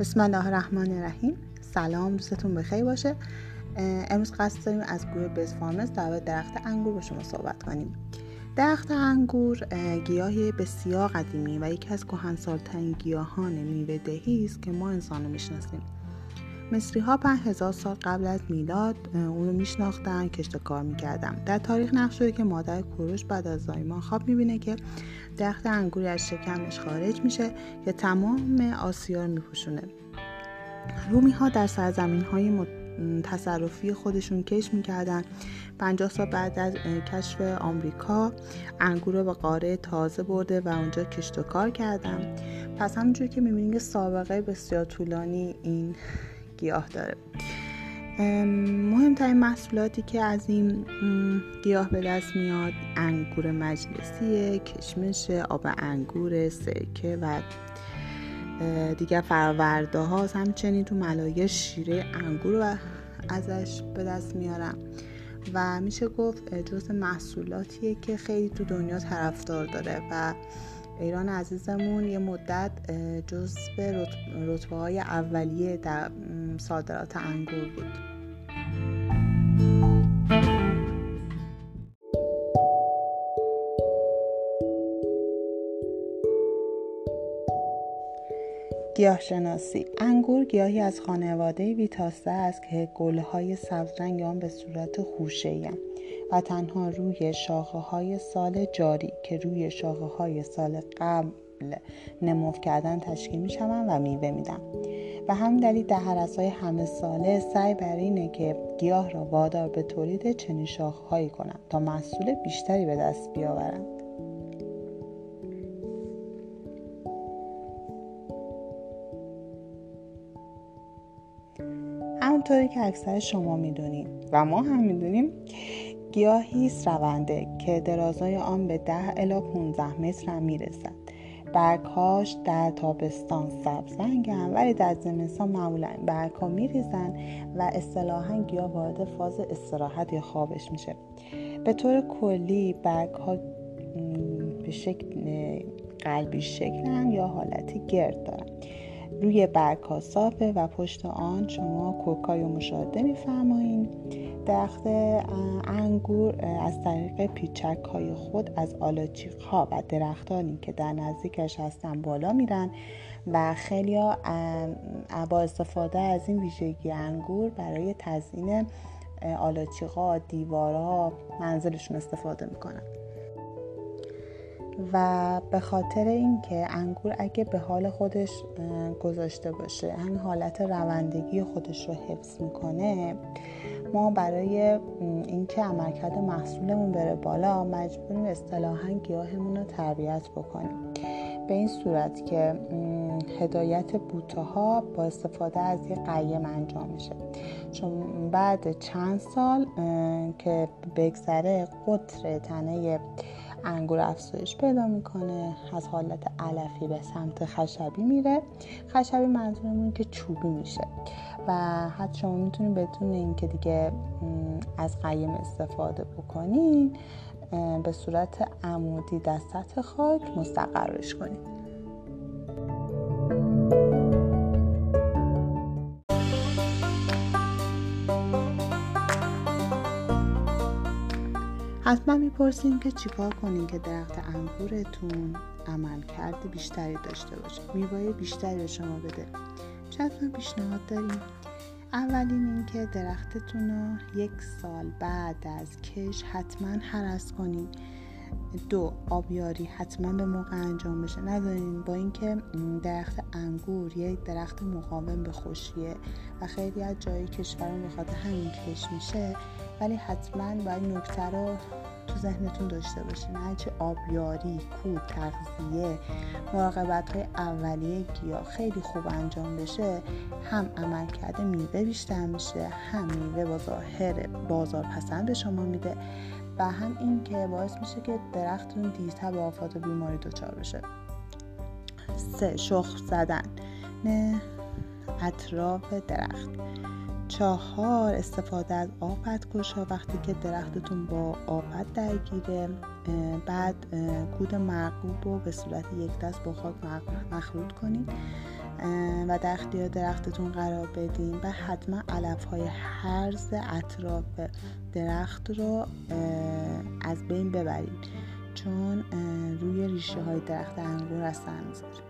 بسم الله الرحمن الرحیم. سلام، روزتون بخیر باشه. امروز قصد داریم از گروه بیس فارمرز در درخت انگور با شما صحبت کنیم. درخت انگور گیاهی بسیار قدیمی و یکی از کهنسال‌ترین گیاهان میوه‌دهی است که ما انسان‌ها میشناسیم. مصری‌ها 5000 سال قبل از میلاد اون رو میشناختن، کشت کار میکردن. در تاریخ نقل شده که مادر کوروش بعد از زایمان خواب میبینه که درخت انگوری از شکمش خارج میشه که تمام آسیا رو میپوشونه. رومی‌ها در سرزمین‌های تصرفی خودشون کشت میکردن. 50 سال بعد از کشف آمریکا انگور رو به قاره تازه برده و اونجا کشت و کار کردن. پس همونجور که میبینید که سابقه بسیار طولانی این گیاه داره. مهمترین محصولاتی که از این گیاه به دست میاد انگور مجلسیه، کشمش، آب انگور، سرکه و دیگر فرآورده هاست. همچنین تو ملایه شیره انگور رو ازش به دست میارن و میشه گفت جزء محصولاتیه که خیلی تو دنیا طرفدار داره و ایران عزیزمون یه مدت جزء رتبه‌های اولیه در صادرات انگور بود. گیاه شناسی. انگور گیاهی از خانواده ویتاسه است که گل‌های سبزرنگ آن به صورت خوشه‌ای و تنها روی شاخه‌های سال جاری که روی شاخه‌های سال قبل نمو کردن تشکیل می‌شوند و میوه میدن. و همین دلیل در حرس‌های همه ساله سعی بر اینه که گیاه را وادار به تولید چنین شاخه‌هایی کنند تا محصول بیشتری به دست بیاورند. همونطوری که اکثر شما میدونید و ما هم میدونیم، گیاهی است رونده که درازای آن به 10 الی 15 متر هم میرسد. برگ‌هاش در تابستان سبزرنگن ولی در زمستان معمولا برگ‌ها میریزن و اصطلاحاً گیاه وارد فاز استراحت یا خوابش میشه. به طور کلی برگ‌ها به شکل قلبی شکلن یا حالتی گرد دارن. روی برگ‌ها صافه و پشت آن شما کوکای رو مشاهده می‌فرمایید. درخت انگور از طریق پیچک‌های خود از آلاچیق‌ها و درختانی که در نزدیکش هستن بالا میرن و خیلی‌ها با استفاده از این ویژگی انگور برای تزیین آلاچیق‌ها، دیوارها، منزلشون استفاده میکنن. و به خاطر اینکه انگور اگه به حال خودش گذاشته باشه، همین حالت روندگی خودش رو حفظ میکنه، ما برای اینکه عملکرد محصولمون بره بالا مجبوریم اصطلاحاً گیاهمون رو تربیت بکنیم. به این صورت که هدایت بوته‌ها با استفاده از یک قیم انجام میشه، چون بعد چند سال که بگذره قطر تنه انگور افزایش پیدا میکنه، از حالت علفی به سمت خشبی میره. خشبی منظورمون که چوبی میشه و حتی شما میتونید بدون اینکه دیگه از قیم استفاده بکنین به صورت عمودی در سطح خاک مستقرش کنین. حتما میپرسیم که چیکار کنین که درخت انگورتون عملکرد بیشتری داشته باشه، میوه بیشتری به شما بده. چند تا پیشنهاد داریم. اولین این که درختتون رو 1 سال بعد از کش حتما هرس کنین. 2 آبیاری حتما به موقع انجام بشه. ندارین با اینکه درخت انگور یک درخت مقاوم به خشکیه و خیلی از جای کشورمون به خاطر همین کش میشه، ولی حتما باید نکته رو تو ذهنتون داشته باشین. هرچی آبیاری، کود، تغذیه، مراقبت‌های اولیه گیاه خیلی خوب انجام بشه، هم عملکرد میوه بیشتر میشه، هم میوه با ظاهر بازار پسند به شما میده و هم این که باعث میشه که درختتون دیرتر به آفات و بیماری دچار بشه. 3 شخم زدن اطراف درخت. 4 استفاده از آفت‌کش‌ها وقتی که درختتون با آفت درگیره. بعد کود مرغوب رو به صورت یک دست با خاک مخلوط کنید و در اختیار درختتون قرار بدین و حتما علف‌های هرز اطراف درخت رو از بین ببرید، چون روی ریشه های درخت انگور اثر میذاره.